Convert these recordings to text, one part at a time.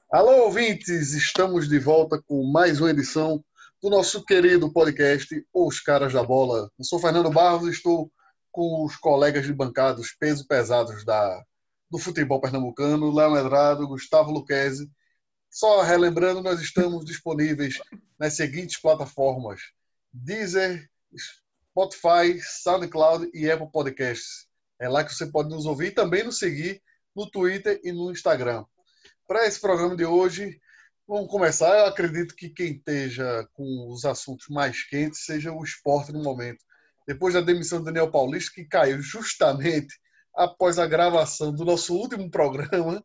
Alô, ouvintes! Estamos de volta com mais uma edição do nosso querido podcast Os Caras da Bola. Eu sou Fernando Barros e estou com os colegas de bancada, os pesos pesados do futebol pernambucano, Léo Medrado, Gustavo Luquezzi. Só relembrando, nós estamos disponíveis nas seguintes plataformas: Deezer, Spotify, SoundCloud e Apple Podcasts. É lá que você pode nos ouvir e também nos seguir no Twitter e no Instagram. Para esse programa de hoje, vamos começar. Eu acredito que quem esteja com os assuntos mais quentes seja o esporte no momento. Depois da demissão do Daniel Paulista, que caiu justamente após a gravação do nosso último programa,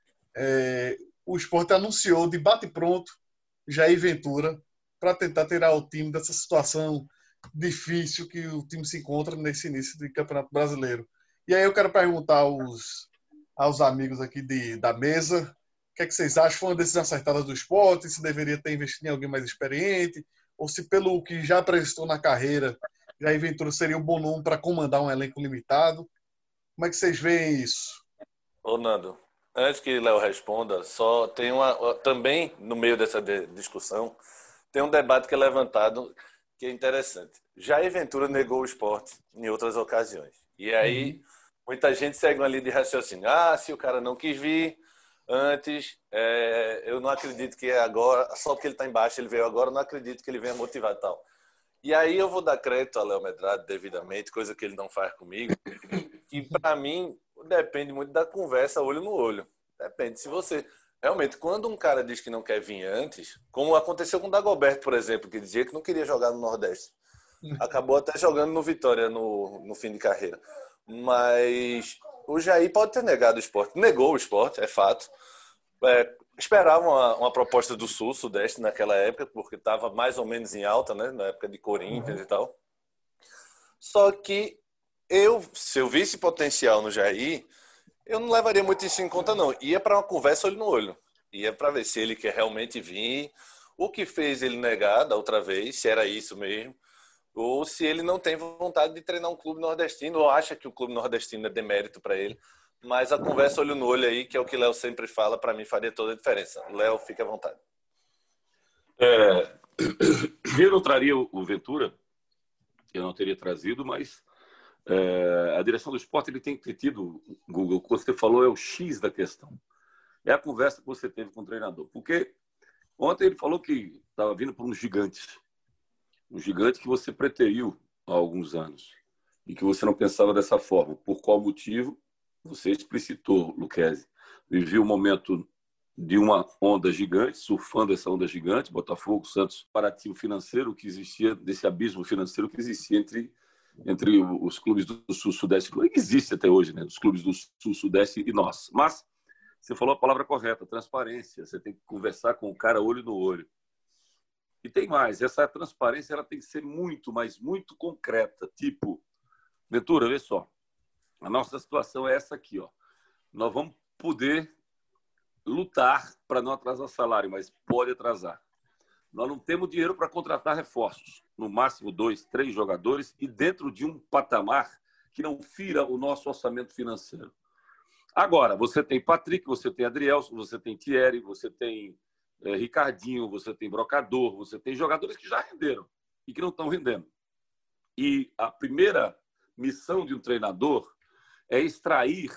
o esporte anunciou de bate-pronto Jair Ventura para tentar tirar o time dessa situação difícil que o time se encontra nesse início de Campeonato Brasileiro. E aí eu quero perguntar aos amigos aqui da mesa: o que é que vocês acham? Foi uma decisão acertada do esporte? Se deveria ter investido em alguém mais experiente? Ou se, pelo que já prestou na carreira, Jair Ventura seria um bom nome para comandar um elenco limitado? Como é que vocês veem isso? Ô, Nando, antes que Léo responda, só tem também no meio dessa discussão, tem um debate que é levantado que é interessante. Jair Ventura negou o esporte em outras ocasiões. E aí, muita gente segue uma linha de raciocínio. Se o cara não quis vir antes, eu não acredito que é agora, só porque ele está embaixo, ele veio agora, eu não acredito que ele venha motivado e tal. E aí eu vou dar crédito a Léo Medrado devidamente, coisa que ele não faz comigo, que para mim depende muito da conversa olho no olho. Depende. Se você realmente, quando um cara diz que não quer vir antes, como aconteceu com o Dagoberto, por exemplo, que dizia que não queria jogar no Nordeste, acabou até jogando no Vitória no fim de carreira. Mas o Jair pode ter negado o esporte. Negou o esporte, é fato. Esperava uma proposta do Sul, Sudeste naquela época, porque estava mais ou menos em alta, né? Na época de Corinthians e tal. Só que se eu visse potencial no Jair, eu não levaria muito isso em conta, não. Ia para uma conversa olho no olho. Ia para ver se ele quer realmente vir, o que fez ele negar da outra vez, se era isso mesmo, ou se ele não tem vontade de treinar um clube nordestino, ou acha que o clube nordestino é demérito para ele. Mas a conversa olho no olho aí, que é o que Léo sempre fala, para mim faria toda a diferença. Léo, fica à vontade. Eu não traria o Ventura, eu não teria trazido, mas a direção do esporte ele tem que ter tido, Google, o que você falou é o X da questão. É a conversa que você teve com o treinador. Porque ontem ele falou que estava vindo por um gigante que você preteriu há alguns anos e que você não pensava dessa forma. Por qual motivo? Você explicitou, Luquezzi. Vivia um momento de uma onda gigante, surfando essa onda gigante, Botafogo, Santos, comparativo financeiro que existia, desse abismo financeiro que existia entre os clubes do Sul-Sudeste, que existe até hoje, né? Os clubes do Sul-Sudeste e nós. Mas você falou a palavra correta, transparência. Você tem que conversar com o cara olho no olho. E tem mais, essa transparência ela tem que ser muito, mas muito concreta. Tipo, Ventura, vê só, a nossa situação é essa aqui, ó. Nós vamos poder lutar para não atrasar salário, mas pode atrasar. Nós não temos dinheiro para contratar reforços, no máximo 2, 3 jogadores e dentro de um patamar que não fira o nosso orçamento financeiro. Agora, você tem Patrick, você tem Adrielson, você tem Thierry, você tem Ricardinho, você tem Brocador, você tem jogadores que já renderam e que não estão rendendo. E a primeira missão de um treinador é extrair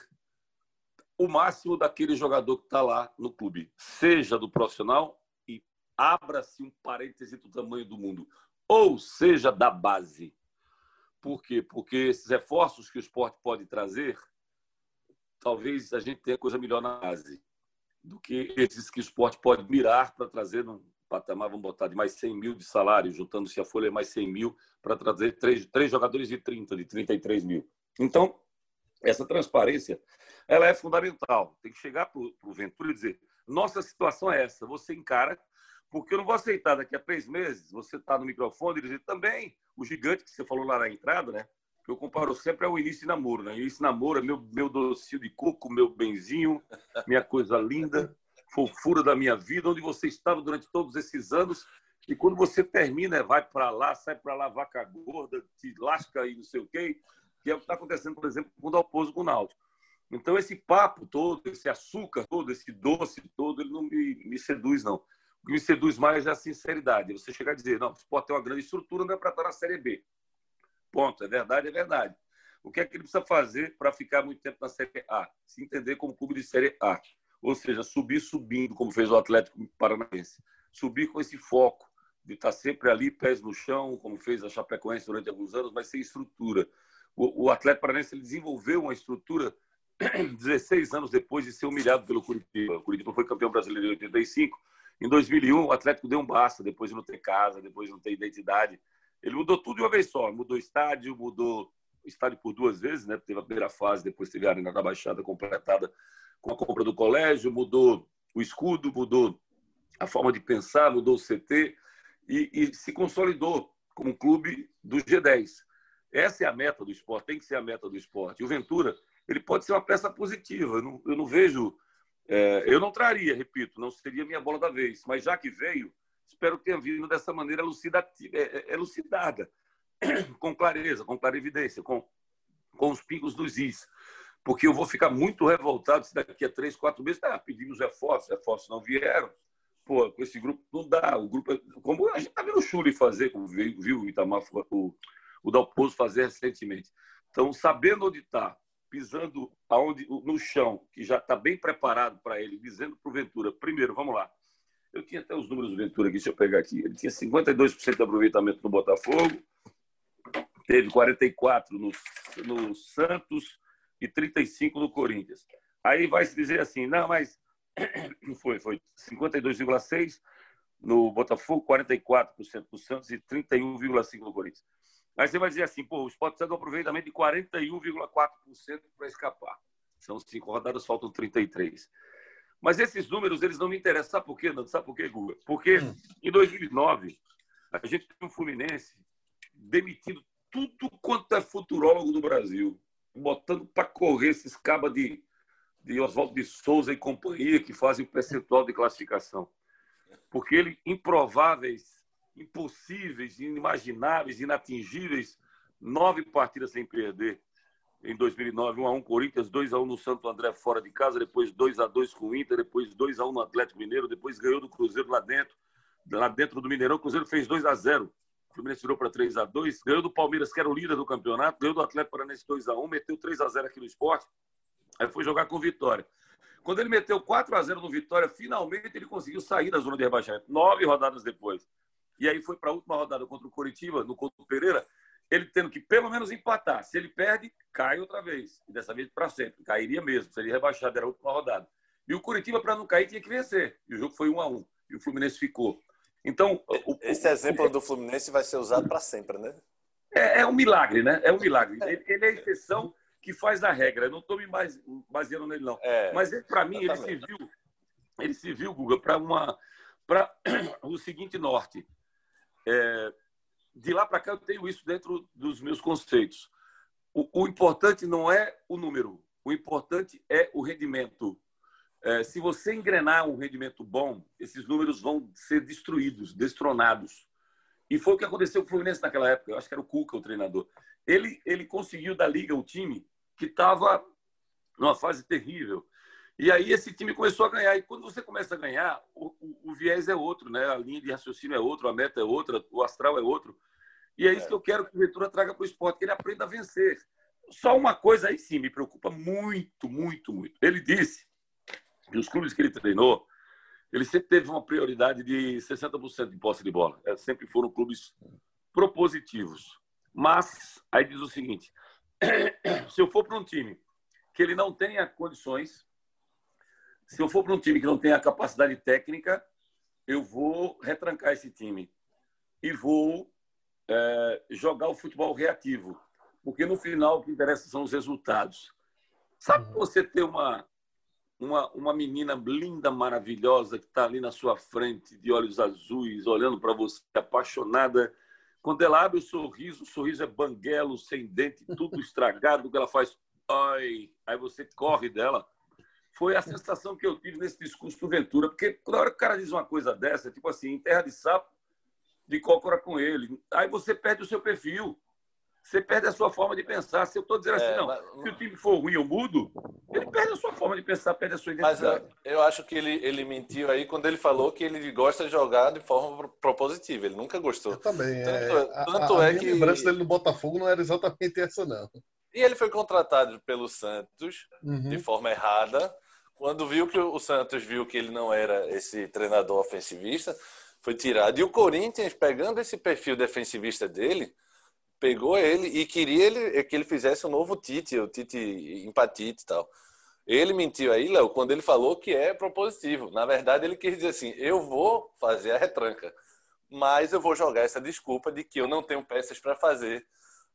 o máximo daquele jogador que está lá no clube, seja do profissional, e abra-se um parêntese do tamanho do mundo, ou seja da base. Por quê? Porque esses reforços que o esporte pode trazer, talvez a gente tenha coisa melhor na base do que esses que o esporte pode mirar para trazer num patamar, vamos botar, de mais 100 mil de salário, juntando-se a folha mais 100 mil para trazer três jogadores de 33 mil. Então, essa transparência ela é fundamental. Tem que chegar para o Ventura e dizer: nossa situação é essa, você encara, porque eu não vou aceitar daqui a 3 meses você está no microfone e dizer também o gigante que você falou lá na entrada, né? Que eu comparo sempre ao início de namoro, né? Início de namoro é meu docinho de coco, meu benzinho, minha coisa linda, fofura da minha vida, onde você estava durante todos esses anos. E quando você termina, vai para lá, sai para lá, vaca gorda, te lasca e não sei o quê, que é o que está acontecendo, por exemplo, com o Dalpozo com o Náutico. Então, esse papo todo, esse açúcar todo, esse doce todo, ele não me seduz, não. O que me seduz mais é a sinceridade. Você chegar a dizer, não, o Sport tem uma grande estrutura, não é para estar na Série B. Ponto. É verdade, é verdade. O que é que ele precisa fazer para ficar muito tempo na Série A? Se entender como clube de Série A. Ou seja, subir subindo, como fez o Atlético Paranaense. Subir com esse foco de estar sempre ali, pés no chão, como fez a Chapecoense durante alguns anos, mas sem estrutura. O Atlético Paranaense ele desenvolveu uma estrutura 16 anos depois de ser humilhado pelo Curitiba. O Curitiba foi campeão brasileiro em 85. Em 2001, o Atlético deu um basta, depois de não ter casa, depois de não ter identidade. Ele mudou tudo de uma vez só. Mudou estádio, mudou o estádio por 2 vezes, né? Teve a primeira fase, depois teve a Arena da Baixada completada com a compra do colégio, mudou o escudo, mudou a forma de pensar, mudou o CT e se consolidou como um clube do G10. Essa é a meta do Sport, tem que ser a meta do Sport. E o Ventura, ele pode ser uma peça positiva. Eu não vejo... eu não traria, repito, não seria minha bola da vez, mas já que veio, espero que tenha vindo dessa maneira elucidada, com clareza, com clarividência, com os pingos dos is. Porque eu vou ficar muito revoltado se daqui a 3, 4 meses pedimos reforços não vieram. Pô, com esse grupo não dá. O grupo, como a gente está vendo o Chuli fazer, como viu o Itamar, o Dalpozo fazer recentemente. Então, sabendo onde está, pisando no chão, que já está bem preparado para ele, dizendo para o Ventura, primeiro, vamos lá, eu tinha até os números do Ventura aqui, deixa eu pegar aqui, ele tinha 52% de aproveitamento no Botafogo, teve 44% no Santos e 35% no Corinthians. Aí vai se dizer assim, não, mas foi 52,6% no Botafogo, 44% no Santos e 31,5% no Corinthians. Aí você vai dizer assim, pô, o Sport precisa de um aproveitamento de 41,4% para escapar. São 5 rodadas, faltam 33. Mas esses números, eles não me interessam. Sabe por quê, Nando? Sabe por quê, Guga? Porque em 2009, a gente tem um Fluminense demitindo tudo quanto é futurólogo do Brasil, botando para correr esses cabas de Oswaldo de Souza e companhia que fazem o percentual de classificação. Porque ele, improváveis, impossíveis, inimagináveis, inatingíveis, 9 partidas sem perder em 2009, 1-1 Corinthians, 2-1 no Santo André fora de casa, depois 2-2 com o Inter, depois 2-1 no Atlético Mineiro, depois ganhou do Cruzeiro lá dentro do Mineirão, o Cruzeiro fez 2-0, o Fluminense virou para 3-2, ganhou do Palmeiras, que era o líder do campeonato, ganhou do Atlético Paranaense 2-1, meteu 3-0 aqui no Sport, aí foi jogar com o Vitória. Quando ele meteu 4-0 no Vitória, finalmente ele conseguiu sair da zona de rebaixamento, 9 rodadas depois. E aí foi para a última rodada contra o Coritiba, no Couto Pereira, ele tendo que pelo menos empatar. Se ele perde, cai outra vez. E dessa vez para sempre. Cairia mesmo. Seria rebaixado, era a última rodada. E o Coritiba, para não cair, tinha que vencer. E o jogo foi 1-1. E o Fluminense ficou. Então, esse exemplo do Fluminense vai ser usado para sempre, né? É um milagre, né? É um milagre. Ele é a exceção que faz a regra. Eu não estou me baseando nele, não. Mas, para mim, ele se viu, Guga, para o seguinte norte. De lá para cá eu tenho isso dentro dos meus conceitos. O importante não é o número, o importante é o rendimento. Se você engrenar um rendimento bom, esses números vão ser destruídos, destronados. E foi o que aconteceu com o Fluminense naquela época. Eu acho que era o Cuca, o treinador. Ele conseguiu da Liga um time que estava numa fase terrível. E aí esse time começou a ganhar. E quando você começa a ganhar, o viés é outro, né? A linha de raciocínio é outra, a meta é outra, o astral é outro. E é isso que eu quero que o Ventura traga para o esporte, que ele aprenda a vencer. Só uma coisa aí sim me preocupa muito, muito, muito. Ele disse que os clubes que ele treinou, ele sempre teve uma prioridade de 60% de posse de bola. Sempre foram clubes propositivos. Mas, aí diz o seguinte, se eu for para um time que ele não tenha condições, se eu for para um time que não tenha capacidade técnica, eu vou retrancar esse time e vou jogar o futebol reativo. Porque no final o que interessa são os resultados. Sabe você ter uma menina linda, maravilhosa, que está ali na sua frente, de olhos azuis, olhando para você, apaixonada. Quando ela abre o sorriso é banguelo, sem dente, tudo estragado, que ela faz... Ai, aí você corre dela. Foi a sensação que eu tive nesse discurso do Ventura, porque toda hora que o cara diz uma coisa dessa, tipo assim, em terra de sapo, de cócora com ele, aí você perde o seu perfil. você perde a sua forma de pensar. Se eu estou dizendo assim, não, se o time for ruim, eu mudo, ele perde a sua forma de pensar, perde a sua identidade. Mas eu acho que ele mentiu aí quando ele falou que ele gosta de jogar de forma propositiva. Ele nunca gostou. Eu também. Tanto A é minha que... lembrança dele no Botafogo não era exatamente essa, não. E ele foi contratado pelo Santos de Uhum. forma errada. Quando viu que o Santos viu que ele não era esse treinador ofensivista, foi tirado. E o Corinthians, pegando esse perfil defensivista dele, pegou ele e queria que ele fizesse um novo Tite, o Tite empatite e tal. Ele mentiu aí, Léo, quando ele falou que é propositivo. Na verdade, ele quis dizer assim, eu vou fazer a retranca, mas eu vou jogar essa desculpa de que eu não tenho peças para fazer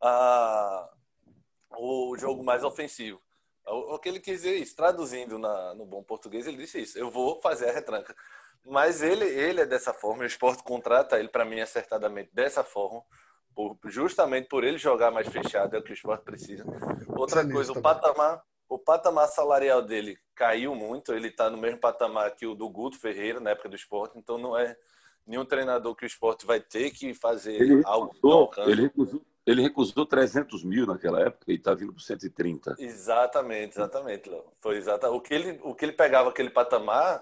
o jogo mais ofensivo. O que ele quis dizer isso, traduzindo no bom português, ele disse isso, eu vou fazer a retranca. Mas ele é dessa forma, o Sport contrata ele, para mim, acertadamente dessa forma, justamente por ele jogar mais fechado, é o que o Sport precisa. Outra coisa, o patamar salarial dele caiu muito, ele está no mesmo patamar que o do Guto Ferreira, na época do Sport, então não é nenhum treinador que o Sport vai ter que fazer algo Ele recusou 300 mil naquela época e está vindo por 130. Exatamente, Léo. Foi exatamente. O que ele pegava aquele patamar,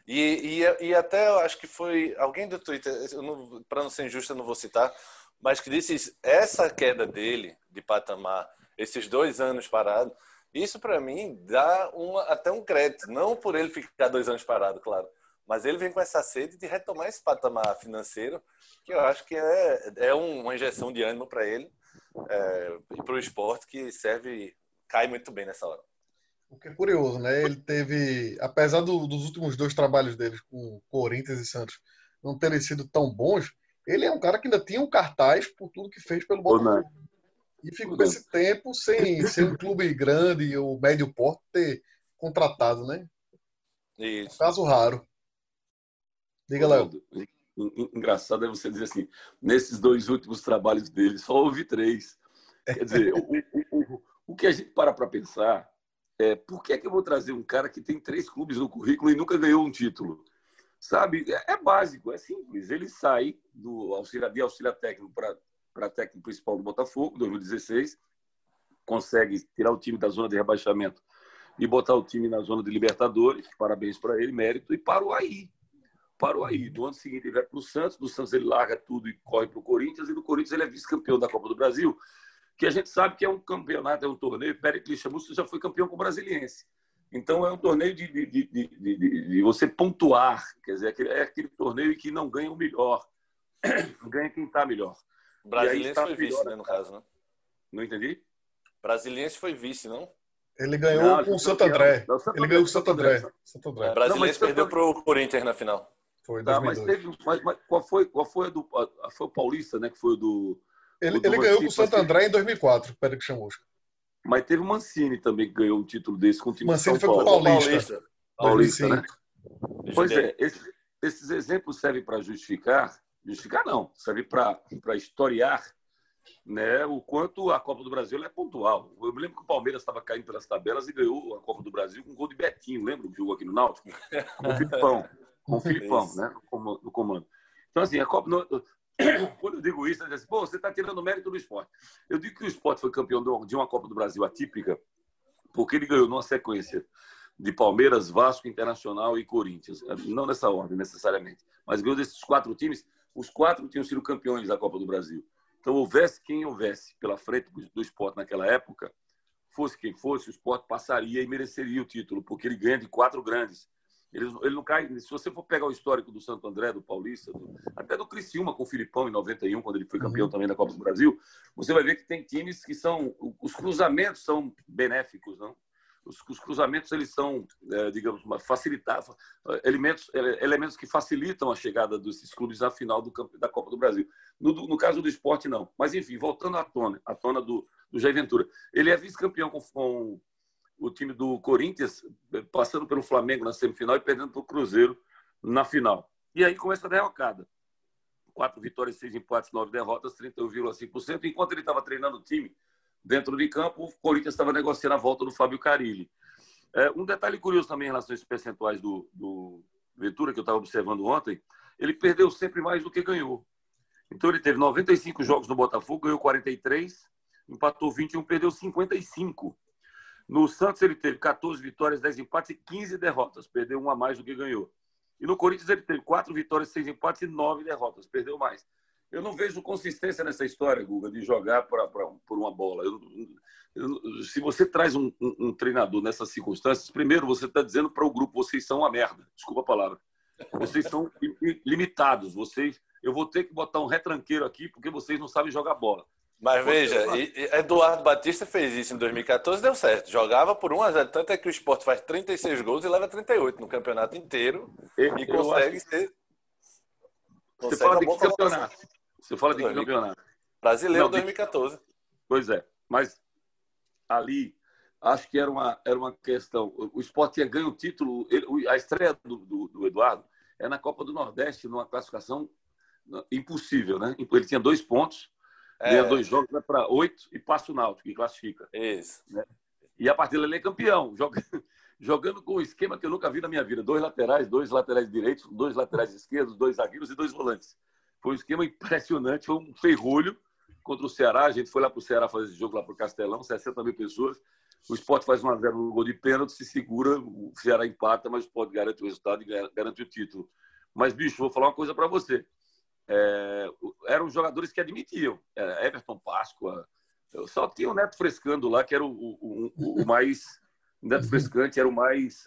e até eu acho que foi alguém do Twitter, para não ser injusto, eu não vou citar, mas que disse isso, essa queda dele de patamar, esses 2 anos parado, isso para mim dá até um crédito, não por ele ficar 2 anos parado, claro, mas ele vem com essa sede de retomar esse patamar financeiro, que eu acho que é uma injeção de ânimo para ele e para o esporte que cai muito bem nessa hora. O que é curioso, né? Ele teve, apesar dos últimos 2 trabalhos dele com Corinthians e Santos não terem sido tão bons, ele é um cara que ainda tinha um cartaz por tudo que fez pelo Botafogo. E ficou esse tempo sem um clube grande ou médio porte ter contratado, né? Isso. Um caso raro. Diga, Léo. Engraçado é você dizer assim, nesses 2 últimos trabalhos dele, só houve 3. Quer dizer, o que a gente para pensar é por que eu vou trazer um cara que tem 3 clubes no currículo e nunca ganhou um título? Sabe? É básico, é simples. Ele sai de auxiliar técnico para técnico principal do Botafogo, em 2016, consegue tirar o time da zona de rebaixamento e botar o time na zona de Libertadores, parabéns para ele, mérito, e parou aí. No ano seguinte ele vai para o Santos, do Santos ele larga tudo e corre para o Corinthians, e do Corinthians ele é vice-campeão da Copa do Brasil, que a gente sabe que é um campeonato, é um torneio. Péricles Chamusca já foi campeão com o Brasiliense. Então é um torneio de você pontuar, quer dizer, é aquele torneio em que não ganha o melhor, ganha quem está melhor. O Brasiliense foi vice, né, no caso, né? Não entendi? Brasiliense foi vice, não? Ele ganhou com o Santo André. Ele ganhou com o Santo André. O Brasiliense perdeu para o Corinthians na final. Foi em 2002. Mas qual foi foi o Paulista, né? Que foi o do... Ele ganhou com o Santo André em 2004, Péricles Chamusca. Mas teve o Mancini também que ganhou um título desse com o time Mancini de São Paulo. foi com o Paulista, né? Pois é, esses exemplos servem para justificar não, serve para historiar, né, o quanto a Copa do Brasil é pontual. Eu me lembro que o Palmeiras estava caindo pelas tabelas e ganhou a Copa do Brasil com um gol de Betinho, lembra que jogou aqui no Náutico? Com o Filipão, né, no comando. Então, assim, a Copa... Quando eu digo isso, eu digo assim, você está tirando o mérito do esporte. Eu digo que o esporte foi campeão de uma Copa do Brasil atípica porque ele ganhou numa sequência de Palmeiras, Vasco, Internacional e Corinthians. Não nessa ordem, necessariamente. Mas ganhou desses 4 times. Os 4 tinham sido campeões da Copa do Brasil. Então, houvesse quem houvesse pela frente do esporte naquela época, fosse quem fosse, o esporte passaria e mereceria o título, porque ele ganha de 4 grandes. Ele não cai. Se você for pegar o histórico do Santo André, do Paulista, até do Criciúma com o Filipão em 91, quando ele foi campeão também da Copa do Brasil, você vai ver que tem times que são... Os cruzamentos são benéficos, não? Os cruzamentos, eles são, digamos, elementos que facilitam a chegada desses clubes à final da Copa do Brasil. No caso do esporte, não. Mas, enfim, voltando à tona do Jair Ventura. Ele é vice-campeão com o time do Corinthians, passando pelo Flamengo na semifinal e perdendo para o Cruzeiro na final. E aí começa a derrocada. 4 vitórias, 6 empates, 9 derrotas, 31,5%. Enquanto ele estava treinando o time dentro de campo, o Corinthians estava negociando a volta do Fábio Carille. Um detalhe curioso também em relação a esses percentuais do Ventura, que eu estava observando ontem, ele perdeu sempre mais do que ganhou. Então ele teve 95 jogos no Botafogo, ganhou 43, empatou 21, perdeu 55. No Santos ele teve 14 vitórias, 10 empates e 15 derrotas, perdeu uma a mais do que ganhou. E no Corinthians ele teve 4 vitórias, 6 empates e 9 derrotas, perdeu mais. Eu não vejo consistência nessa história, Guga, de jogar por uma bola. Se você traz um treinador nessas circunstâncias, primeiro você está dizendo para o grupo, vocês são uma merda, desculpa a palavra. Vocês são limitados, eu vou ter que botar um retranqueiro aqui porque vocês não sabem jogar bola. Mas veja, Eduardo Batista fez isso em 2014, deu certo. Jogava por 1-0, tanto é que o Sport faz 36 gols e leva 38 no campeonato inteiro e consegue ser... Você fala de que campeonato? Você fala de que campeonato? Brasileiro 2014. Pois é, mas ali acho que era uma questão. O Sport tinha ganho o título, a estreia do Eduardo é na Copa do Nordeste, numa classificação impossível, né? Ele tinha 2 pontos. Ganha 2 jogos, vai para 8 e passa o Náutico, que classifica. Isso. Né? E a partir dele ele é campeão, jogando com um esquema que eu nunca vi na minha vida. 2 laterais direitos, 2 laterais esquerdos, 2 zagueiros e 2 volantes. Foi um esquema impressionante, foi um ferrolho contra o Ceará. A gente foi lá para o Ceará fazer esse jogo lá para o Castelão, 60 mil pessoas. O Sport faz 1-0 no gol de pênalti, se segura, o Ceará empata, mas o Sport garante o resultado e garante o título. Mas, bicho, vou falar uma coisa para você. Eram jogadores que admitiam. Everton Páscoa. Eu só tinha o Neto Frescando lá, que era o mais... O Neto Frescante era o mais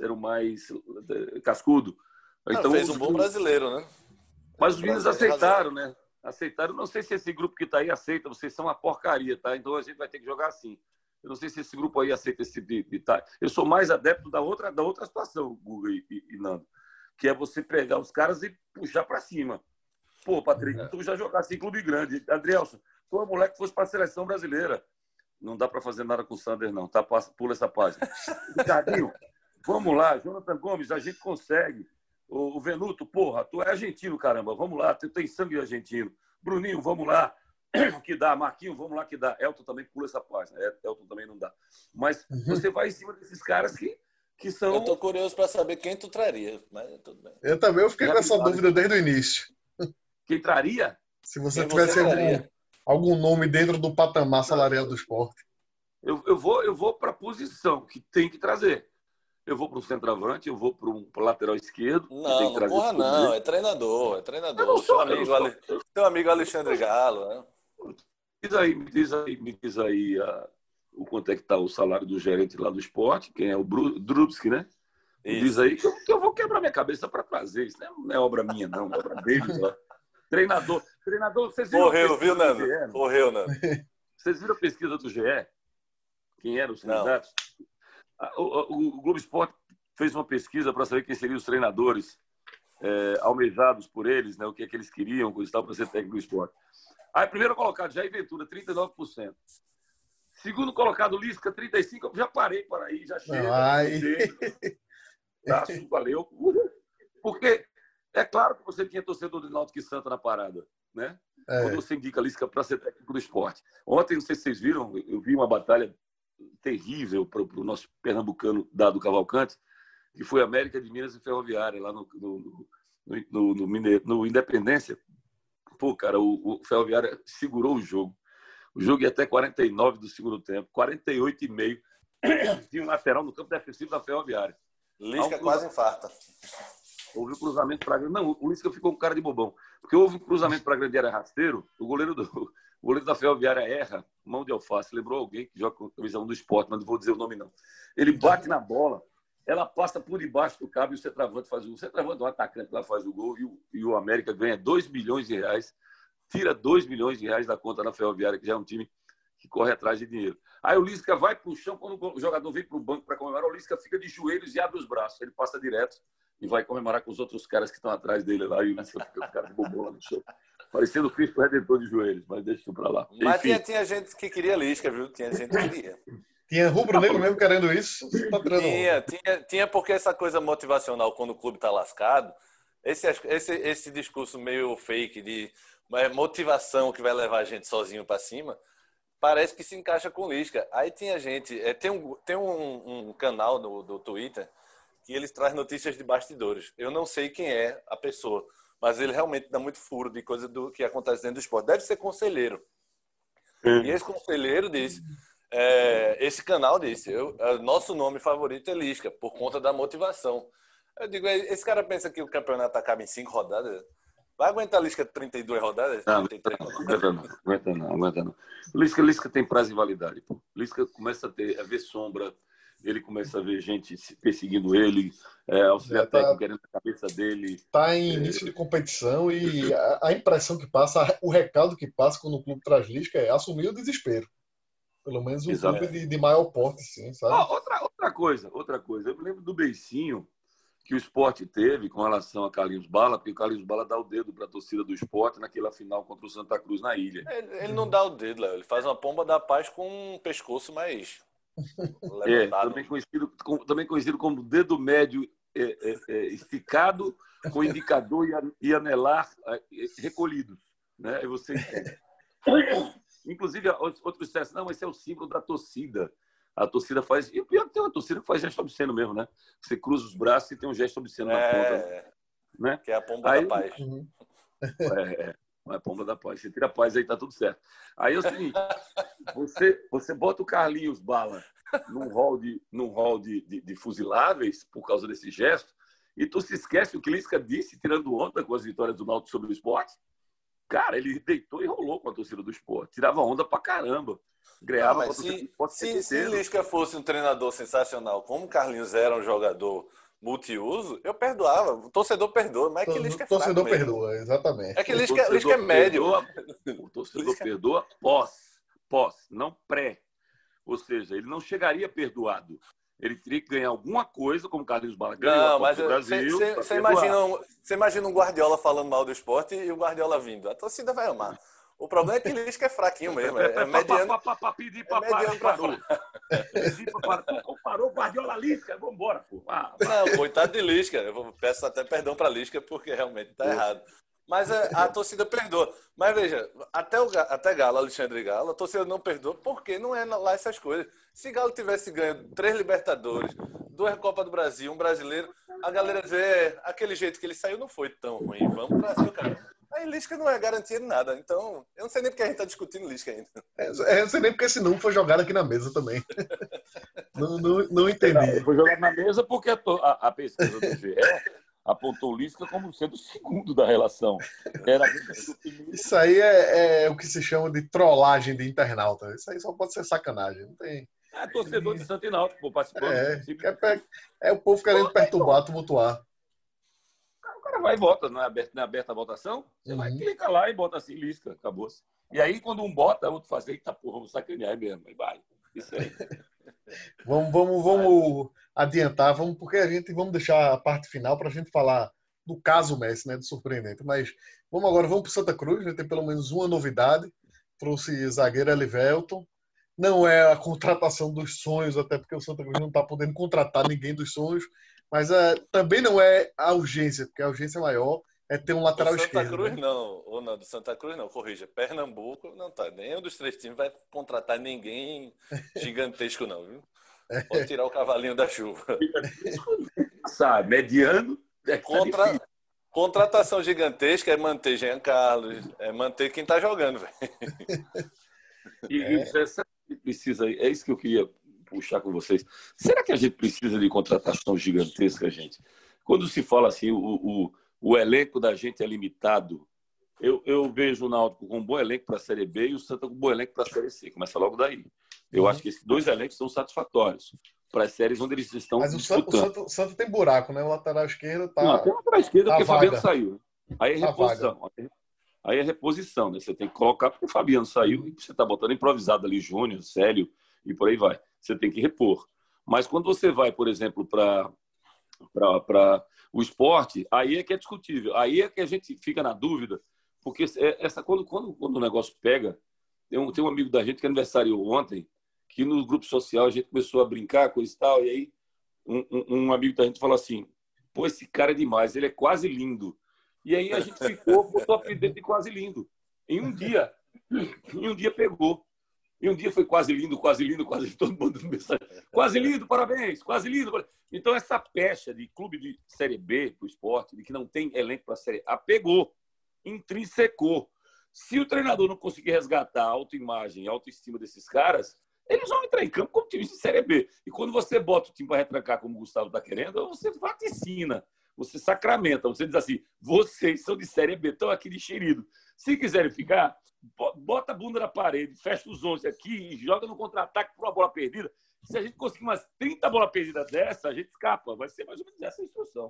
cascudo. Então, fez um bom brasileiro, né? Mas os meninos aceitaram, né? Aceitaram. Não sei se esse grupo que está aí aceita. Vocês são uma porcaria, tá? Então a gente vai ter que jogar assim. Eu não sei se esse grupo aí aceita esse tipo de... Eu sou mais adepto da outra situação, Guga e Nando, que é você pegar os caras e puxar para cima. Pô, Patrick, tu já jogasse em clube grande. Adrielson, tu é um moleque que fosse para a seleção brasileira. Não dá para fazer nada com o Sander, não. Tá? Pula essa página. Ricardinho, vamos lá. Jonathan Gomes, a gente consegue. O Venuto, porra, tu é argentino, caramba. Vamos lá, tu tem sangue argentino. Bruninho, vamos lá. Que dá. Marquinho, vamos lá, que dá. Elton também pula essa página. Elton também não dá. Mas você vai em cima desses caras que são... Eu tô curioso para saber quem tu traria, mas tudo bem. Eu também fiquei com essa dúvida desde o início. Quem traria? Se você tivesse algum nome dentro do patamar salarial do Sport. Eu vou para a posição que tem que trazer. Eu vou para o centroavante, eu vou para o lateral esquerdo. Não, porra não. É treinador. Seu amigo Alexandre Galo. Né? Me diz aí o quanto é que está o salário do gerente lá do Sport, quem é o Drubski, né? Me diz aí que eu vou quebrar minha cabeça para trazer. Isso não é obra minha, não. É obra deles lá. Treinador, vocês viram Morreu, viu, Nando? Morreu, Nando. Vocês viram a pesquisa do GE? Quem eram os candidatos? O Globo Esporte fez uma pesquisa para saber quem seriam os treinadores almejados por eles, né? O que é que eles queriam, coisa tal, para ser técnico do Esporte. Aí, primeiro colocado, Jair Ventura, 39%. Segundo colocado, Lisca, 35%. Eu já parei para aí, já chega. Valeu. Porque é claro que você tinha torcedor do Náutico e Santa na parada, né? Quando você indica Lisca para ser técnico do Esporte. Ontem, não sei se vocês viram, eu vi uma batalha terrível para o nosso pernambucano Dado Cavalcante, que foi América de Minas e Ferroviária, lá no Independência. Pô, cara, o Ferroviária segurou o jogo. O jogo ia até 49 do segundo tempo, 48,5. Tinha um lateral no campo defensivo da Ferroviária. Lisca quase infarta. Houve um cruzamento para grande. Não, o Lisca ficou um cara de bobão. Porque houve um cruzamento para grande área rasteiro, o goleiro da Ferroviária erra, mão de alface. Lembrou alguém que joga com a camisa 1 do Sport, mas não vou dizer o nome, não. Ele bate na bola, ela passa por debaixo do cabo e o centroavante faz o gol. O centroavante, o atacante lá, faz o gol e o América ganha R$2 milhões, tira R$2 milhões da conta da Ferroviária, que já é um time que corre atrás de dinheiro. Aí o Lisca vai para o chão, quando o jogador vem para o banco para comemorar, o Lisca fica de joelhos e abre os braços. Ele passa direto e vai comemorar com os outros caras que estão atrás dele lá, e nessa fica os caras bobão lá no chão. Parecendo o Cristo Redentor de joelhos, mas deixa isso para lá. Mas tinha gente que queria Lisca, viu? Tinha gente que queria. Tinha rubro-negro mesmo querendo isso? Tinha porque essa coisa motivacional, quando o clube está lascado, esse discurso meio fake de motivação que vai levar a gente sozinho para cima, parece que se encaixa com Lisca. Aí tinha gente... Tem um canal do Twitter que eles trazem notícias de bastidores. Eu não sei quem é a pessoa, mas ele realmente dá muito furo de coisa que acontece dentro do esporte. Deve ser conselheiro. E esse conselheiro disse, esse canal disse, nosso nome favorito é Lisca, por conta da motivação. Eu digo, esse cara pensa que o campeonato acaba em 5 rodadas? Vai aguentar a Lisca 32 rodadas? Não, 33 aguenta não. Lisca tem prazo de validade. Pô. Lisca começa a ver sombra, ele começa a ver gente perseguindo ele, auxiliar técnico querendo a cabeça dele. Está em início de competição e a impressão que passa, o recado que passa quando o clube traz Lisca é assumir o desespero. Pelo menos um clube de maior porte, sim, sabe? Outra coisa. Eu me lembro do beicinho que o Sport teve com relação a Carlinhos Bala, porque o Carlinhos Bala dá o dedo para a torcida do Sport naquela final contra o Santa Cruz na ilha. Ele não dá o dedo, Léo. Ele faz uma pomba da paz com um pescoço mais levantado. Também conhecido como dedo médio esticado, com indicador e anelar recolhidos. Né? E você entende. Inclusive, outros disseram assim, não, esse é o símbolo da torcida. A torcida faz... E o pior é que tem uma torcida que faz gesto obsceno mesmo, né? Você cruza os braços e tem um gesto obsceno na ponta. Né? Que é a pomba da paz. É a pomba da paz. Você tira a paz aí, tá tudo certo. Aí é o seguinte, você bota o Carlinhos Bala num hall de fuziláveis por causa desse gesto e tu se esquece o que Lisca disse, tirando onda com as vitórias do Náutico sobre o Sport. Cara, ele deitou e rolou com a torcida do Sport. Tirava onda pra caramba. Não, mas se Lisca fosse um treinador sensacional, como o Carlinhos era um jogador multiuso, eu perdoava. O torcedor perdoa, mas é que Lisca é fraco. O torcedor perdoa, exatamente. É que Lisca é médio. O torcedor perdoa pós, não pré. Ou seja, ele não chegaria perdoado. Ele teria que ganhar alguma coisa, como o Carlinhos Bala ganhou a Copa do Brasil. Você imagina um Guardiola falando mal do Esporte e o Guardiola vindo. A torcida vai amar. O problema é que o Lisca é fraquinho mesmo. É mediano. Pedir pra parou. Parou o Guardiola Lisca. Vamos embora, pô. Não, coitado de Lisca. Eu peço até perdão pra Lisca porque realmente está errado. Mas a torcida perdoa. Mas veja, até Galo, Alexandre Galo, a torcida não perdoa porque não é lá essas coisas. Se Galo tivesse ganho 3 Libertadores, 2 Copa do Brasil, um brasileiro, a galera dizer, aquele jeito que ele saiu não foi tão ruim. Vamos pro Brasil, cara. Aí Lisca não é garantia de nada. Então, eu não sei nem porque a gente está discutindo Lisca ainda. Eu não sei nem porque esse nome foi jogado aqui na mesa também. Não entendi. Foi jogado na mesa porque a pesquisa do GE apontou o Lisca como sendo o segundo da relação. Isso aí é o que se chama de trollagem de internauta. Isso aí só pode ser sacanagem. Não tem... É torcedor de Santo Ináutico, participando. É o povo querendo perturbar, tumultuar. O cara vai e vota, não é aberta a votação? Você vai, clica lá e bota assim, Lisca, acabou-se. E aí, quando um bota, o outro faz, eita porra, vamos sacanear mesmo. Aí vai. Isso aí. Vamos adiantar, porque vamos deixar a parte final para a gente falar do caso Messi, né, do surpreendente. Mas vamos para o Santa Cruz, tem pelo menos uma novidade. Trouxe zagueiro Elivelton. Não é a contratação dos sonhos, até porque o Santa Cruz não está podendo contratar ninguém dos sonhos. Mas também não é a urgência, porque a urgência maior é ter um lateral esquerdo. Santa Cruz não, do Santa Cruz não, corrija. Pernambuco não tá. Nenhum dos 3 times vai contratar ninguém gigantesco não, viu? Pode tirar o cavalinho da chuva. Sabe, mediano é contratação gigantesca é manter Jean Carlos, é manter quem tá jogando, velho. Precisa, é isso que eu queria puxar com vocês. Será que a gente precisa de contratação gigantesca, gente? Quando se fala assim, o elenco da gente é limitado, eu vejo o Náutico com um bom elenco para a Série B e o Santa com um bom elenco para a Série C. Começa logo daí. Eu acho que esses 2 elencos são satisfatórios para as séries onde eles estão disputando. O Santa tem buraco, né? O lateral esquerdo tá... Não, tem o lateral esquerdo porque o Fabiano saiu. Aí é reposição. Aí é reposição, né? Você tem que colocar porque o Fabiano saiu e você está botando improvisado ali Júnior, Célio e por aí vai. Você tem que repor. Mas quando você vai, por exemplo, para o Sport, aí é que é discutível. Aí é que a gente fica na dúvida, porque quando o negócio pega, tem um amigo da gente que aniversariou ontem, que no grupo social a gente começou a brincar, coisa e tal, e aí um amigo da gente falou assim, pô, esse cara é demais, ele é quase lindo. E aí a gente botou a apelido de quase lindo. Em um dia pegou. E um dia foi quase lindo, todo mundo mandando mensagem. Quase lindo, parabéns, quase lindo. Então, essa pecha de clube de Série B para o Sport, de que não tem elenco para a Série A, pegou, intrinsecou. Se o treinador não conseguir resgatar a autoimagem, a autoestima desses caras, eles vão entrar em campo como time de Série B. E quando você bota o time para retrancar, como o Gustavo está querendo, você vaticina, você sacramenta, você diz assim, vocês são de Série B, estão aqui de enxerido. Se quiserem ficar, bota a bunda na parede, fecha os 11 aqui e joga no contra-ataque por uma bola perdida. Se a gente conseguir umas 30 bolas perdidas dessa, a gente escapa. Vai ser mais ou menos essa a instrução.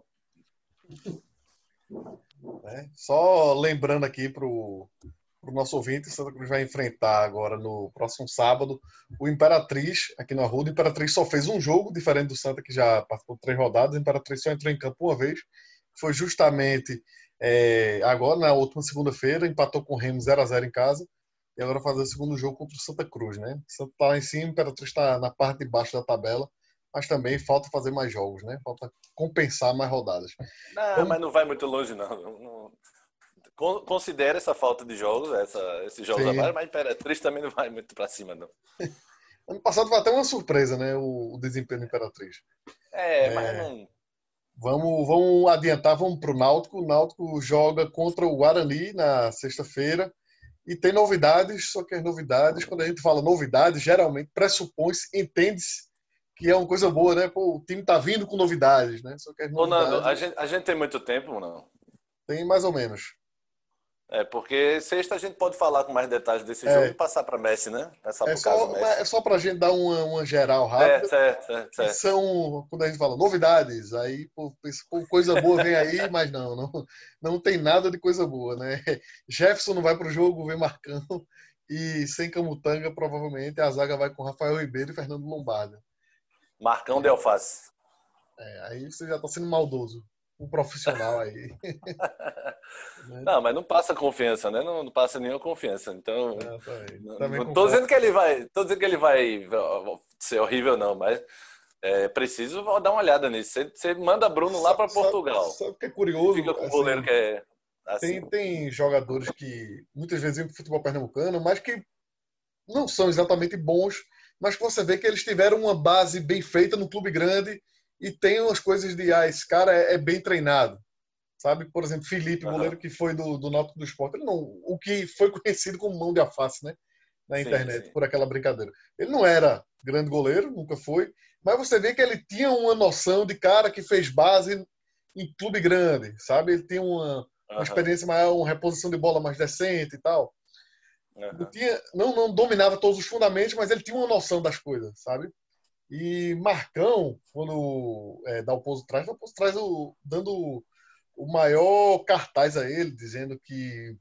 Só lembrando aqui para o nosso ouvinte, o Santa Cruz vai enfrentar agora no próximo sábado o Imperatriz, aqui no Arruda. O Imperatriz só fez um jogo, diferente do Santa, que já participou de 3 rodadas. O Imperatriz só entrou em campo uma vez. Foi justamente agora, na última segunda-feira, empatou com o Remo 0-0 em casa. E agora fazer o segundo jogo contra o Santa Cruz, né? O Santa está lá em cima, o Imperatriz está na parte de baixo da tabela. Mas também falta fazer mais jogos, né? Falta compensar mais rodadas. Não, mas não vai muito longe, não. Considera essa falta de jogos, esses jogos a mais, mas Imperatriz também não vai muito para cima, não. Ano passado foi até uma surpresa, né? O desempenho do Imperatriz. Mas não... Vamos adiantar, vamos para o Náutico. O Náutico joga contra o Guarani na sexta-feira. E tem novidades, só que as novidades, quando a gente fala novidades, geralmente pressupõe-se, entende-se que é uma coisa boa, né? Pô, o time tá vindo com novidades, né? Só que as novidades... Ô, Nando, a gente tem muito tempo ou não? Tem mais ou menos. Porque sexta a gente pode falar com mais detalhes desse jogo e passar para Messi, né? É só para a gente dar uma geral rápida. Certo. São, quando a gente fala novidades, aí pô, coisa boa vem aí, mas não tem nada de coisa boa, né? Jefferson não vai para o jogo, vem Marcão, e sem Camutanga, provavelmente a zaga vai com Rafael Ribeiro e Fernando Lombardi. Marcão de alface. Aí você já está sendo maldoso. Um profissional aí. Não, mas não passa confiança, né? Não passa nenhuma confiança. Então, não tô dizendo que ele vai ser horrível, não, mas preciso dar uma olhada nisso. Você manda Bruno lá para Portugal. Sabe o que é curioso? Fica com o goleiro que é assim. Tem jogadores que muitas vezes vêm para o futebol pernambucano, mas que não são exatamente bons, mas que você vê que eles tiveram uma base bem feita no clube grande e tem umas coisas de, esse cara é bem treinado, sabe? Por exemplo, Felipe, goleiro que foi do Náutico do Sport, o que foi conhecido como mão de alface, né? Na internet, por aquela brincadeira. Ele não era grande goleiro, nunca foi, mas você vê que ele tinha uma noção de cara que fez base em clube grande, sabe? Ele tinha uma experiência maior, uma reposição de bola mais decente e tal. Não dominava todos os fundamentos, mas ele tinha uma noção das coisas, sabe? E Marcão, quando Dalpozo traz dando o maior cartaz a ele, dizendo que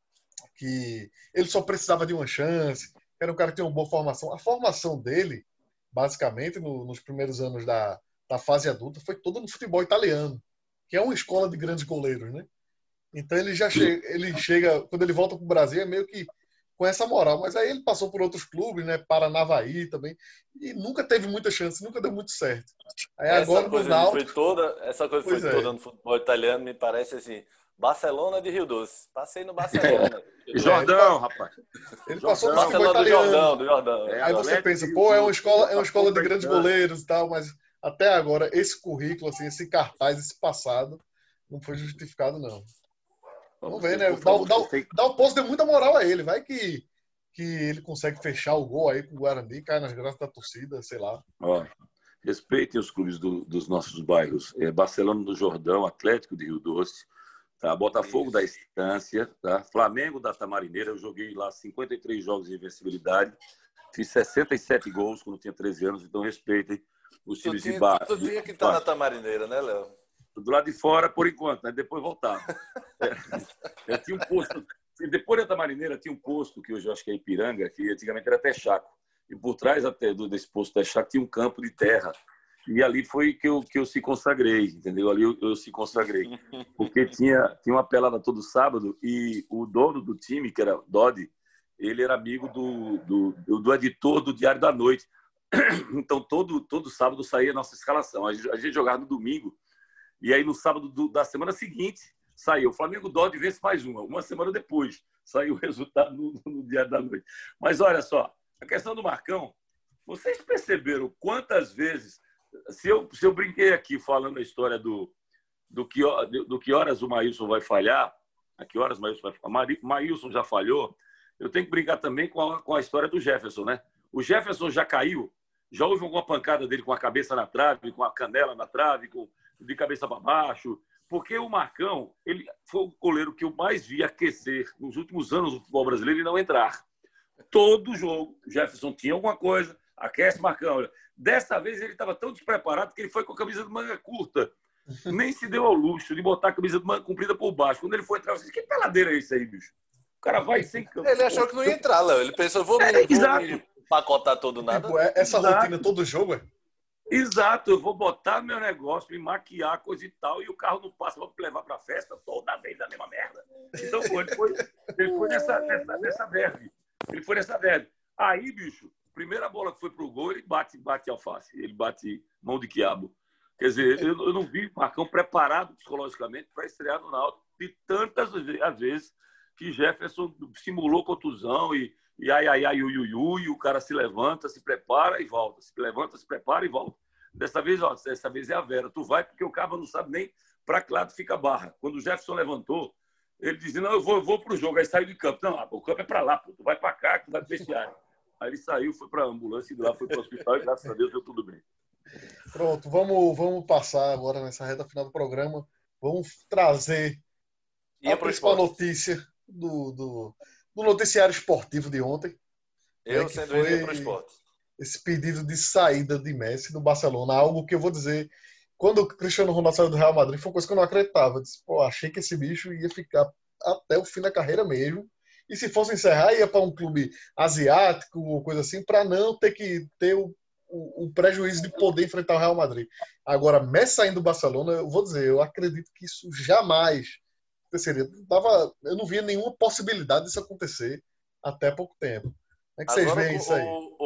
ele só precisava de uma chance, que era um cara que tinha uma boa formação. A formação dele, basicamente, nos primeiros anos da fase adulta, foi toda no futebol italiano, que é uma escola de grandes goleiros, né? Então ele chega, quando ele volta para o Brasil, é meio que com essa moral. Mas aí ele passou por outros clubes, né? Paranavaí também. E nunca teve muita chance, nunca deu muito certo. Aí agora no Náutico... Essa coisa foi toda no futebol italiano, me parece assim... Barcelona de Rio Doce. Passei no Barcelona. Jordão, rapaz. Ele passou no Barcelona do Jordão. Aí você pensa, é uma escola de grandes goleiros e tal, mas até agora esse currículo, assim, esse cartaz, esse passado, não foi justificado, não. Vamos ver, né? O Poço deu muita moral a ele. Vai que ele consegue fechar o gol aí com o Guarani, cai nas graças da torcida, sei lá. Respeitem os clubes dos nossos bairros. Barcelona do Jordão, Atlético de Rio Doce, tá? Botafogo da Estância, tá? Flamengo da Tamarineira. Eu joguei lá 53 jogos de invencibilidade. Fiz 67 gols quando tinha 13 anos, então respeitem os times de bairro. Tu tinha que estar na Tamarineira, né, Léo? Do lado de fora, por enquanto, né? Depois voltava. Eu tinha um posto... Depois da Tamarineira, tinha um posto, que hoje eu acho que é Ipiranga, que antigamente era Texaco. E por trás até desse posto Texaco tinha um campo de terra. E ali foi que eu se consagrei, entendeu? Ali eu se consagrei. Porque tinha uma pelada todo sábado e o dono do time, que era Dodi, ele era amigo do editor do Diário da Noite. Então, todo sábado saía a nossa escalação. A gente jogava no domingo. E aí, no sábado da semana seguinte, saiu. O Flamengo Dodi vence mais uma. Uma semana depois, saiu o resultado no Diário da Noite. Mas olha só, a questão do Marcão, vocês perceberam quantas vezes... Se eu brinquei aqui falando a história do que horas o Maílson vai falhar, A que horas Maílson vai ficar? Maílson já falhou. Eu tenho que brincar também com a história do Jefferson, né? O Jefferson já caiu, já houve alguma pancada dele com a cabeça na trave, com a canela na trave, de cabeça para baixo. Porque o Marcão, ele foi o goleiro que eu mais vi aquecer nos últimos anos do futebol brasileiro e não entrar. Todo jogo, o Jefferson tinha alguma coisa, aquece Marcão. Dessa vez ele estava tão despreparado que ele foi com a camisa de manga curta. Nem se deu ao luxo de botar a camisa de manga comprida por baixo. Quando ele foi entrar, eu disse, que peladeira é isso aí, bicho? O cara vai sem campo. Ele achou que não ia entrar, Léo. Ele pensou, vou me pacotar todo nada. Tipo, essa rotina todo jogo, é? Exato, eu vou botar meu negócio, me maquiar, coisa e tal, e o carro não passa para levar para a festa toda vez a mesma merda. Então, pô, ele foi nessa verve. Ele foi nessa verve. Aí, bicho, primeira bola que foi pro gol, ele bate alface. Ele bate mão de quiabo. Quer dizer, eu não vi o Marcão preparado psicologicamente para estrear no Náutico de tantas vezes que Jefferson simulou contusão e ai, ui, o cara se levanta, se prepara e volta. Se levanta, se prepara e volta. Dessa vez é a Vera. Tu vai porque o cara não sabe nem para que lado fica a barra. Quando o Jefferson levantou, ele dizia, não, eu vou pro jogo. Aí saiu de campo. Não, o campo é para lá, pô. Tu vai para cá, tu vai pro vestiário. Aí ele saiu, foi para a ambulância, e de lá foi para o hospital e graças a Deus deu tudo bem. Pronto, vamos passar agora nessa reta final do programa. Vamos trazer a principal notícia do noticiário esportivo de ontem. Eu sendo ele ia pro esporte. Esse pedido de saída de Messi do Barcelona, algo que eu vou dizer, quando o Cristiano Ronaldo saiu do Real Madrid, foi uma coisa que eu não acreditava. Eu disse, pô, achei que esse bicho ia ficar até o fim da carreira mesmo. E se fosse encerrar, ia para um clube asiático ou coisa assim, para não ter que ter o prejuízo de poder enfrentar o Real Madrid. Agora, Messi saindo do Barcelona, eu vou dizer, eu acredito que isso jamais aconteceria. Eu não via nenhuma possibilidade disso acontecer até pouco tempo. Como é que vocês veem isso aí?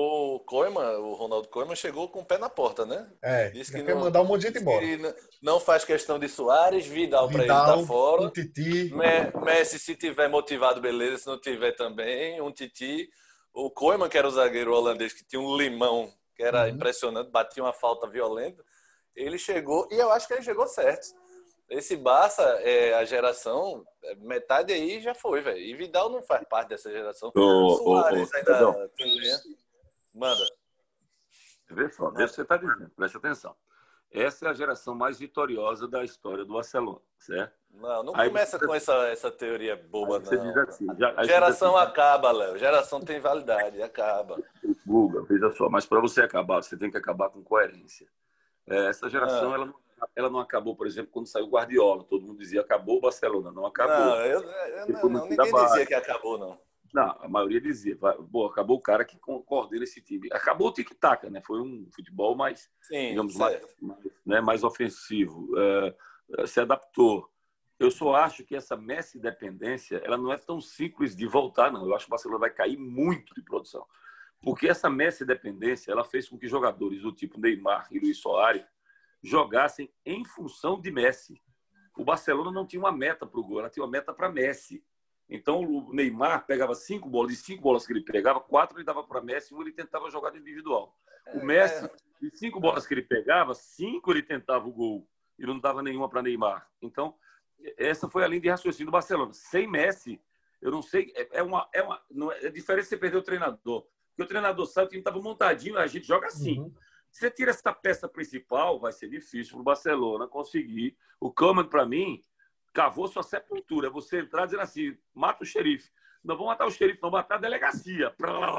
O Ronaldo Koeman chegou com o pé na porta, né? Disse que quer mandar um monte de gente embora. Não faz questão de Suárez, Vidal para ele estar fora. Um Titi. Messi, se tiver motivado, beleza. Se não tiver também, um Titi. O Koeman, que era o zagueiro holandês, que tinha um limão, que era impressionante, batia uma falta violenta. Ele chegou, e eu acho que ele chegou certo. Esse Barça, a geração, metade aí já foi, velho. E Vidal não faz parte dessa geração. Suárez ainda tem. Manda. Vê só, deixa você estar dizendo, preste atenção. Essa é a geração mais vitoriosa da história do Barcelona, certo? Não aí começa com essa teoria boba, não. Você diz assim, geração acaba, Léo. Geração tem validade, acaba. Guga, veja só, mas para você acabar, você tem que acabar com coerência. Essa geração, ela não acabou, por exemplo, quando saiu o Guardiola. Todo mundo dizia, acabou o Barcelona. Não acabou. Não, ninguém dizia que acabou, não. Não, a maioria dizia, acabou o cara que coordena esse time. Acabou o tic-tac, né? Foi um futebol mais, digamos, mais ofensivo. Se adaptou. Eu só acho que essa Messi dependência, ela não é tão simples de voltar, não. Eu acho que o Barcelona vai cair muito de produção. Porque essa Messi dependência, ela fez com que jogadores do tipo Neymar e Luis Soares jogassem em função de Messi. O Barcelona não tinha uma meta para o gol, ela tinha uma meta para Messi. Então, o Neymar pegava 5 bolas, de 5 bolas que ele pegava, 4 ele dava para Messi, 1 ele tentava jogar de individual. O Messi, de 5 bolas que ele pegava, 5 ele tentava o gol e não dava nenhuma para Neymar. Então, essa foi a linha de raciocínio do Barcelona. Sem Messi, eu não sei, é diferente você perder o treinador. Porque o treinador sabe que ele estava montadinho, a gente joga assim. Você tira essa peça principal, vai ser difícil para o Barcelona conseguir. O Koeman, para mim, cavou sua sepultura. Você entrar dizendo assim, mata o xerife. Não vão matar o xerife, não, matar a delegacia.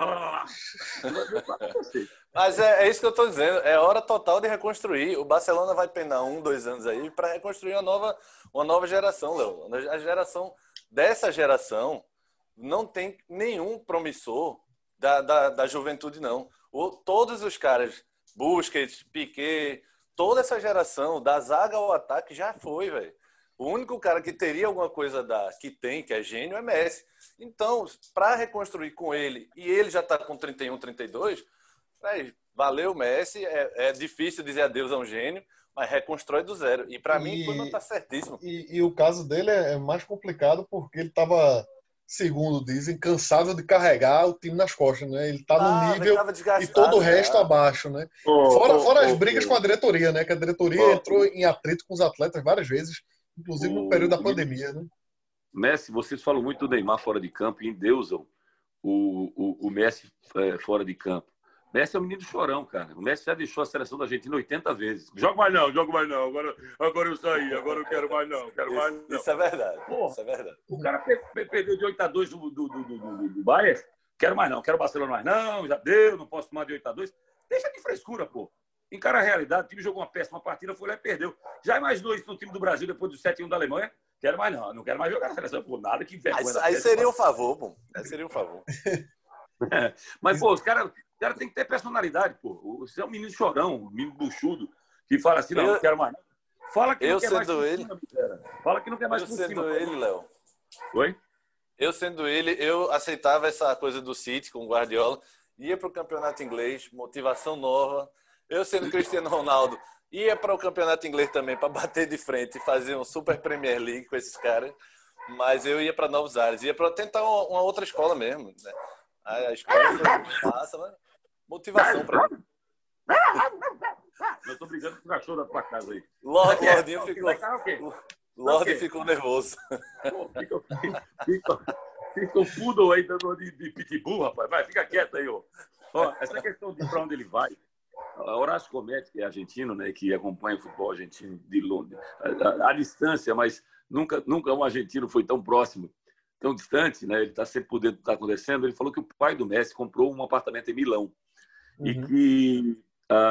Mas é isso que eu estou dizendo. É hora total de reconstruir. O Barcelona vai penar 1, 2 anos aí para reconstruir uma nova geração, Léo. Dessa geração não tem nenhum promissor da juventude, não. Todos os caras, Busquets, Piqué, toda essa geração, da zaga ao ataque, já foi, velho. O único cara que teria alguma coisa que é gênio, é Messi. Então, para reconstruir com ele, e ele já está com 31, 32, valeu Messi, é difícil dizer adeus a um gênio, mas reconstrói do zero. E para mim, o Koeman está certíssimo. E o caso dele é mais complicado porque ele estava, segundo dizem, cansado de carregar o time nas costas, né? Ele está no nível e todo o resto abaixo, né? Fora as brigas com a diretoria, né? Que a diretoria entrou em atrito com os atletas várias vezes, inclusive no período da pandemia, né? Messi, vocês falam muito do Neymar fora de campo e endeusam o Messi fora de campo. Messi é um menino chorão, cara. O Messi já deixou a seleção da Argentina 80 vezes. Jogo mais não. Agora eu saí, agora eu quero mais não. Isso é verdade. Porra, isso é verdade. O cara perdeu de 8-2 do Bayern. Quero mais não, quero Barcelona mais não, já deu, não posso tomar de 8-2. Deixa de frescura, pô. Encara a realidade, o time jogou uma péssima partida, foi lá e perdeu. Já imaginou isso no time do Brasil depois do 7-1 da Alemanha? Quero mais não quero mais jogar na seleção. Pô, nada que vergonha. Aí seria um favor, pô. Aí seria um favor. Mas, pô, os caras têm que ter personalidade, pô. Você é um menino chorão, um menino buchudo, que fala assim, não quero mais não. Fala que não quer mais por cima, Fala que não quer mais por cima. Eu sendo ele, Léo. Oi? Eu sendo ele, eu aceitava essa coisa do City com o Guardiola, ia para o campeonato inglês, motivação nova. Eu sendo Cristiano Ronaldo, ia para o campeonato inglês também para bater de frente e fazer um Super Premier League com esses caras. Mas eu ia para novos ares, ia para tentar uma outra escola mesmo, né? A escola foi massa, mas motivação para mim. Eu tô brigando com o cachorro da tua casa aí. Lordinho ficou nervoso. Fica o poodle aí dando de pitbull, rapaz. Vai, fica quieto aí, ó. Essa questão de para onde ele vai. Horácio Cometti, que é argentino, né, que acompanha o futebol argentino de Londres, à distância, mas nunca um argentino foi tão próximo, tão distante, né? Ele está sempre por dentro do que está acontecendo. Ele falou que o pai do Messi comprou um apartamento em Milão e que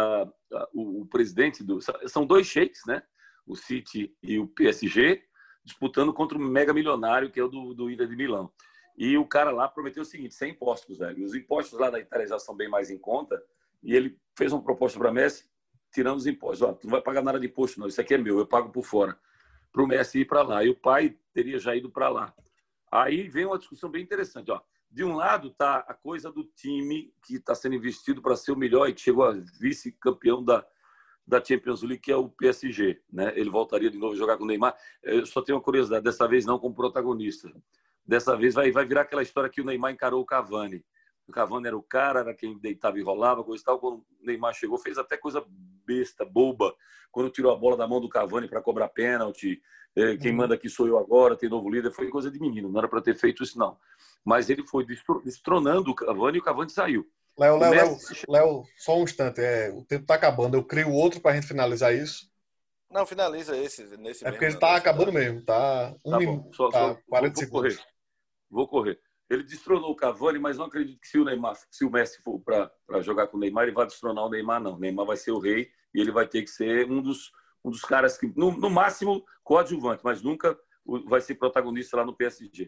o presidente são dois sheiks, né? O City e o PSG, disputando contra o mega milionário que é o do Inter de Milão. E o cara lá prometeu o seguinte, sem impostos, velho. Os impostos lá da Itália já são bem mais em conta. E ele fez uma proposta para Messi, tirando os impostos. Tu não vai pagar nada de imposto, não. Isso aqui é meu, eu pago por fora. Para o Messi ir para lá. E o pai teria já ido para lá. Aí vem uma discussão bem interessante. Ó. De um lado está a coisa do time que está sendo investido para ser o melhor e que chegou a vice-campeão da Champions League, que é o PSG. Né? Ele voltaria de novo a jogar com o Neymar. Eu só tenho uma curiosidade, dessa vez não como protagonista. Dessa vez vai virar aquela história que o Neymar encarou o Cavani. O Cavani era o cara, era quem deitava e rolava, coisa e tal. Quando o Neymar chegou, fez até coisa besta, boba. Quando tirou a bola da mão do Cavani para cobrar pênalti. Quem manda aqui sou eu agora, tem novo líder. Foi coisa de menino, não era para ter feito isso, não. Mas ele foi destronando o Cavani e o Cavani saiu. Léo, só um instante. O tempo está acabando. Eu crio outro para a gente finalizar isso. Não, finaliza esse. Nesse porque ele está acabando mesmo. Tá bom. Só 40 segundos. Vou correr. Ele destronou o Cavani, mas não acredito que se o Messi for para jogar com o Neymar, ele vai destronar o Neymar, não. O Neymar vai ser o rei e ele vai ter que ser um dos caras que, no máximo, coadjuvante, mas nunca vai ser protagonista lá no PSG.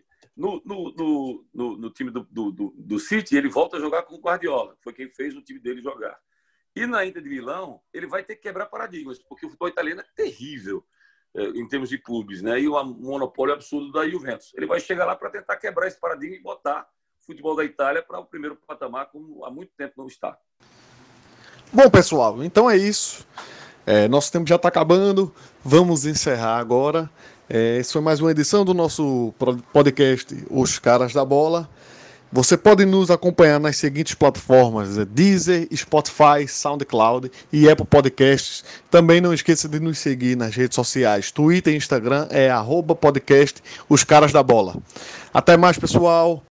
No time do City, ele volta a jogar com o Guardiola. Foi quem fez o time dele jogar. E na Inter de Milão, ele vai ter que quebrar paradigmas, porque o futebol italiano é terrível em termos de clubes, né? E o monopólio absurdo da Juventus. Ele vai chegar lá para tentar quebrar esse paradigma e botar o futebol da Itália para o primeiro patamar, como há muito tempo não está. Bom, pessoal, então é isso. Nosso tempo já está acabando. Vamos encerrar agora. Essa foi mais uma edição do nosso podcast Os Caras da Bola. Você pode nos acompanhar nas seguintes plataformas: Deezer, Spotify, SoundCloud e Apple Podcasts. Também não esqueça de nos seguir nas redes sociais. Twitter e Instagram @podcast Os Caras da Bola. Até mais, pessoal.